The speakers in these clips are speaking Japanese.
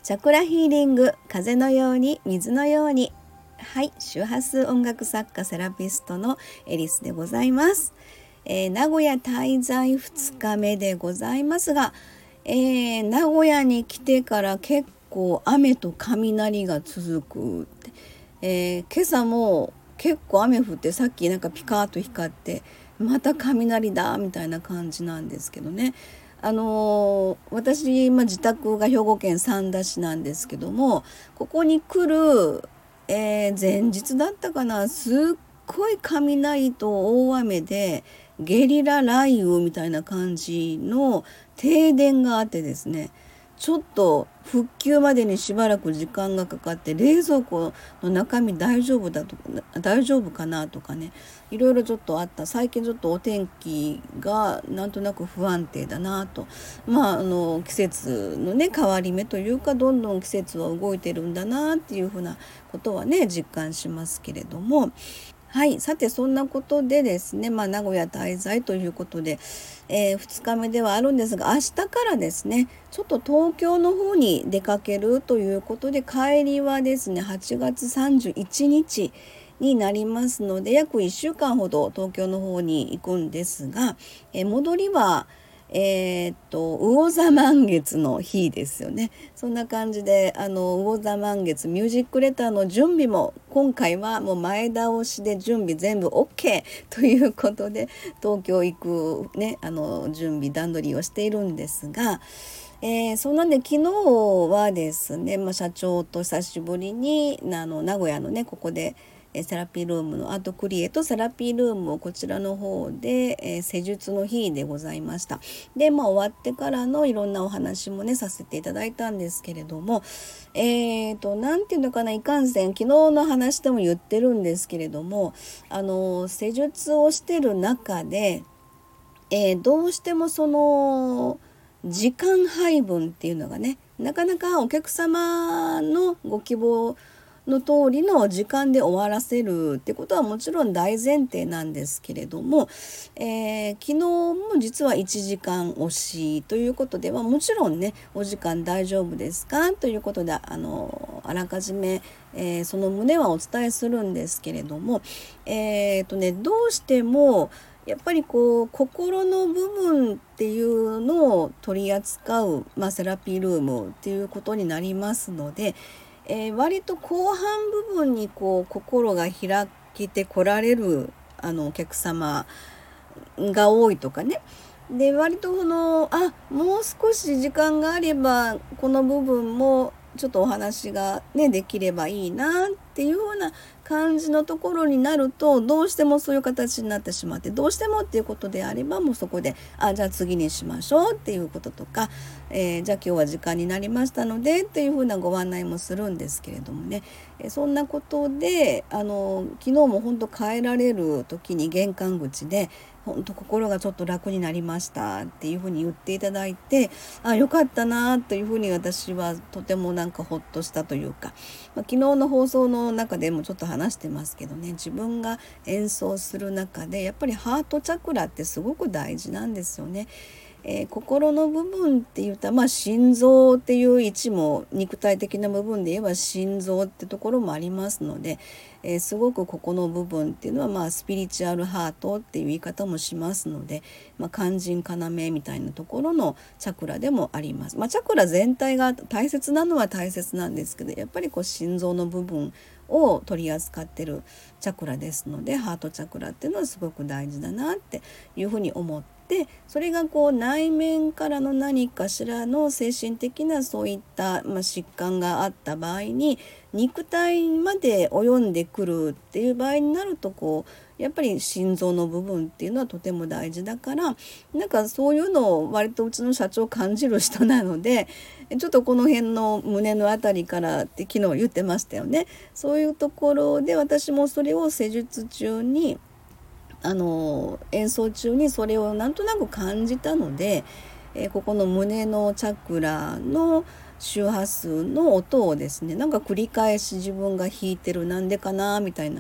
チャクラヒーリング、風のように水のように。はい、周波数音楽作家セラピストのエリスでございます。名古屋滞在2日目でございますが、名古屋に来てから結構雨と雷が続くって、今朝も結構雨降って、さっきなんかピカーッと光ってまた雷だみたいな感じなんですけどね。私、自宅が兵庫県三田市なんですけども、ここに来る、前日だったかな、すっごい雷と大雨でゲリラ雷雨みたいな感じの停電があってですね、ちょっと復旧までにしばらく時間がかかって、冷蔵庫の中身大丈夫かなとかね、いろいろちょっとあった。最近ちょっとお天気がなんとなく不安定だなと、季節のね変わり目というか、どんどん季節は動いてるんだなっていうふうなことはね実感しますけれども、はい、さてそんなことでですね、名古屋滞在ということで、2日目ではあるんですが、明日からですねちょっと東京の方に出かけるということで、帰りはですね8月31日になりますので、約1週間ほど東京の方に行くんですが、戻りは魚座満月の日ですよね。そんな感じで魚座満月ミュージックレターの準備も今回はもう前倒しで準備全部 OK ということで、東京行くね準備段取りをしているんですが、そうなんで昨日はですね、社長と久しぶりに名古屋のねここでセラピールームのアートクリエイトセラピールームをこちらの方で、施術の日でございました。で、終わってからのいろんなお話もねさせていただいたんですけれども、なんていうのかな、いかんせん昨日の話でも言ってるんですけれども、施術をしてる中で、どうしてもその時間配分っていうのがね、なかなかお客様のご希望の通りの時間で終わらせるってことはもちろん大前提なんですけれども、昨日も実は1時間押しということでは、もちろんねお時間大丈夫ですかということであらかじめ、その旨はお伝えするんですけれども、どうしてもやっぱり心の部分っていうのを取り扱う、セラピールームっていうことになりますので、割と後半部分に心が開けてこられるお客様が多いとかね。で割ともう少し時間があればこの部分もちょっとお話がねできればいいなっていうような感じのところになると、どうしてもそういう形になってしまって、どうしてもっていうことであればもうそこでじゃあ次にしましょうっていうこととか、じゃあ今日は時間になりましたのでっていうふうなご案内もするんですけれどもね、そんなことで昨日も本当帰られる時に玄関口で本当心がちょっと楽になりましたっていうふうに言っていただいて、よかったなというふうに私はとてもなんかほっとしたというか、昨日の放送の中でもちょっと話してますけどね、自分が演奏する中でやっぱりハートチャクラってすごく大事なんですよね。心の部分って言ったら、心臓っていう位置も肉体的な部分で言えば心臓ってところもありますので、すごくここの部分っていうのはスピリチュアルハートっていう言い方もしますので、肝心要みたいなところのチャクラでもあります。チャクラ全体が大切なのは大切なんですけど、やっぱり心臓の部分を取り扱ってるチャクラですので、ハートチャクラっていうのはすごく大事だなっていうふうに思って、それが内面からの何かしらの精神的なそういった、疾患があった場合に肉体まで及んでくるっていう場合になるとやっぱり心臓の部分っていうのはとても大事だから、なんかそういうのを割とうちの社長感じる人なので、ちょっとこの辺の胸のあたりからって昨日言ってましたよね。そういうところで私もそれを施術中に演奏中にそれをなんとなく感じたので、ここの胸のチャクラの周波数の音をですね、なんか繰り返し自分が弾いてる、なんでかなみたいな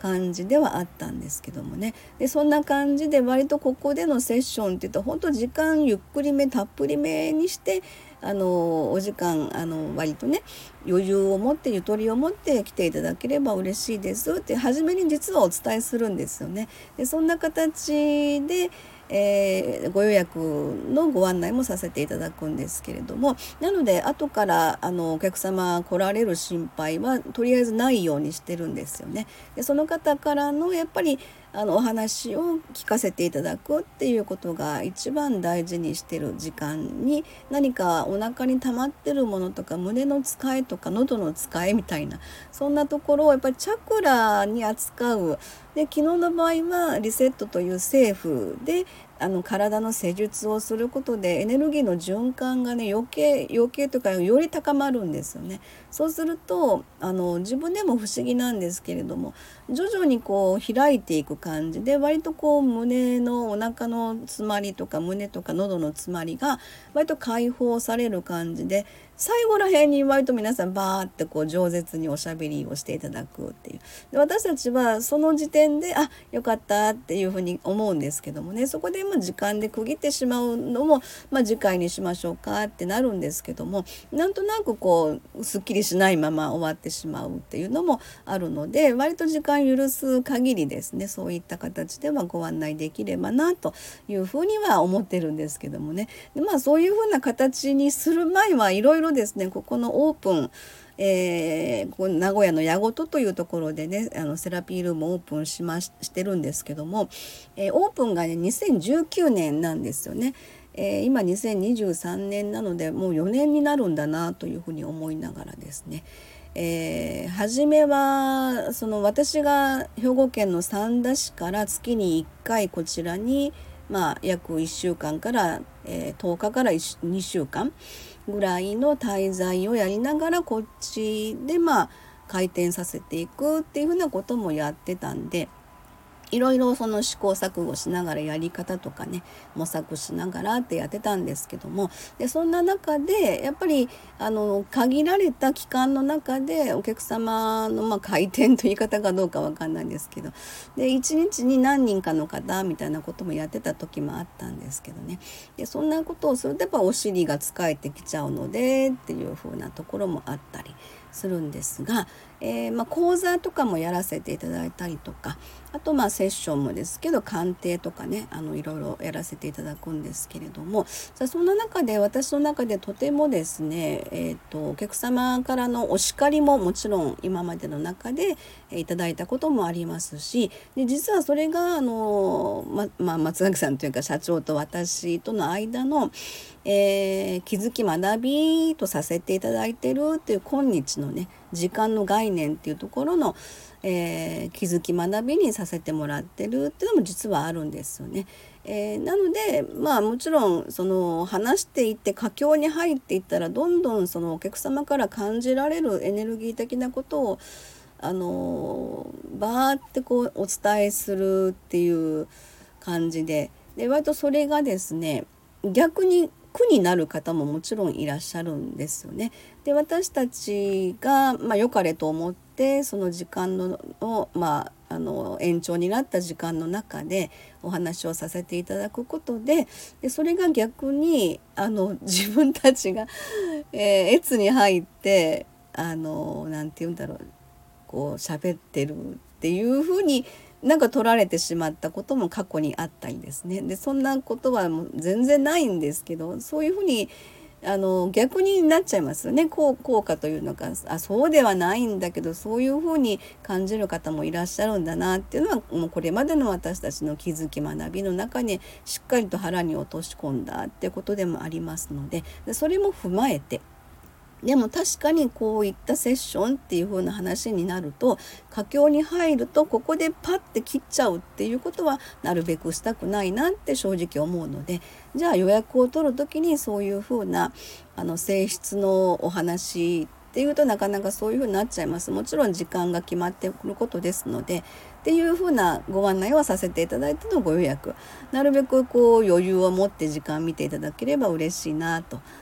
感じではあったんですけどもね。でそんな感じで割とここでのセッションっていうと本当時間ゆっくりめたっぷりめにしてお時間割とね余裕を持ってゆとりを持って来ていただければ嬉しいですって初めに実はお伝えするんですよね。でそんな形でご予約のご案内もさせていただくんですけれども、なので後からお客様来られる心配はとりあえずないようにしてるんですよね。でその方からのやっぱりお話を聞かせていただくっていうことが一番大事にしてる時間に、何かお腹に溜まってるものとか胸のつかえとか喉のつかえみたいなそんなところをやっぱりチャクラに扱う。で昨日の場合はリセットというセーフで体の施術をすることでエネルギーの循環がね余計というかより高まるんですよね。そうすると自分でも不思議なんですけれども徐々にこう開いていく感じで割とこう胸のお腹の詰まりとか胸とか喉の詰まりが割と解放される感じで、最後ら辺に割と皆さんバーってこう饒舌におしゃべりをしていただくっていう。で私たちはその時点でよかったっていうふうに思うんですけどもね、そこで時間で区切ってしまうのも、次回にしましょうかってなるんですけども、なんとなくこうすっきりしないまま終わってしまうっていうのもあるので、割と時間許す限りですねそういった形ではご案内できればなというふうには思ってるんですけどもね。でそういうふうな形にする前はいろいろですね、ここのオープンこの名古屋の矢事というところでねセラピールームをオープンしてるんですけども、オープンがね2019年なんですよね。今2023年なのでもう4年になるんだなというふうに思いながらですね、初めは私が兵庫県の三田市から月に1回こちらに約1週間から、10日から2週間ぐらいの滞在をやりながらこっちで回転させていくっていうふうなこともやってたんで、いろいろその試行錯誤しながらやり方とかね模索しながらってやってたんですけども、でそんな中でやっぱり限られた期間の中でお客様の回転という言い方かどうかわかんないんですけど、で1日に何人かの方みたいなこともやってた時もあったんですけどね。でそんなことをするとやっぱお尻が疲れてきちゃうのでっていう風なところもあったりするんですが、講座とかもやらせていただいたりとか、あとセッションもですけど鑑定とかねいろいろやらせていただくんですけれども、そんな中で私の中でとてもですね、お客様からのお叱りももちろん今までの中でいただいたこともありますし、で実はそれが松垣さんというか社長と私との間の、気づき学びとさせていただいているっていう今日のね時間の概念っていうところの、気づき学びにさせてもらってるっていうのも実はあるんですよね。なのでもちろん話していって佳境に入っていったらどんどんお客様から感じられるエネルギー的なことをバーってこうお伝えするっていう感じで、割とそれがですね逆に苦になる方ももちろんいらっしゃるんですよね。で私たちが良かれと思ってその時間の延長になった時間の中でお話をさせていただくことで、それが逆に自分たちが、越に入ってなんて言うんだろうこう喋ってるっていう風に取られてしまったことも過去にあったりですね。でそんなことはもう全然ないんですけど、そういうふうに逆になっちゃいますよね。効果というのかそうではないんだけどそういうふうに感じる方もいらっしゃるんだなっていうのはもうこれまでの私たちの気づき学びの中にしっかりと腹に落とし込んだってことでもありますので、それも踏まえてでも確かにこういったセッションっていう風な話になると佳境に入るとここでパッて切っちゃうっていうことはなるべくしたくないなって正直思うので、じゃあ予約を取る時にそういう風な性質のお話っていうとなかなかそういう風になっちゃいます。もちろん時間が決まってくることですのでっていう風なご案内はさせていただいてのご予約、なるべくこう余裕を持って時間見ていただければ嬉しいなと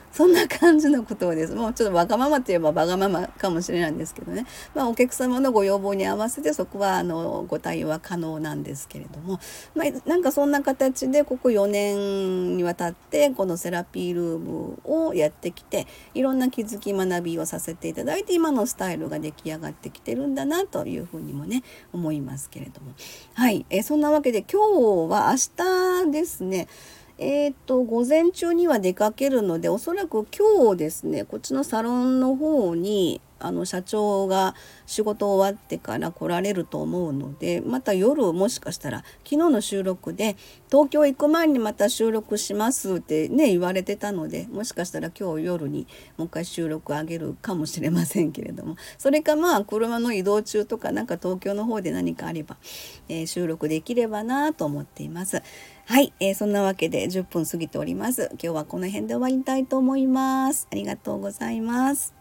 そんな感じのことをです。もうちょっとわがままといえばわがままかもしれないんですけどね。お客様のご要望に合わせてそこはご対応は可能なんですけれども、なんかそんな形でここ4年にわたってこのセラピールームをやってきて、いろんな気づき学びをさせていただいて、今のスタイルが出来上がってきてるんだなというふうにもね思いますけれども、はい、そんなわけで今日は明日ですね、午前中には出かけるので、おそらく今日ですね、こっちのサロンの方に社長が仕事終わってから来られると思うので、また夜もしかしたら昨日の収録で東京行く前にまた収録しますってね言われてたので、もしかしたら今日夜にもう一回収録あげるかもしれませんけれども、それか車の移動中とかなんか東京の方で何かあれば、収録できればなと思っています。はい、そんなわけで10分過ぎております。今日はこの辺で終わりたいと思います。ありがとうございます。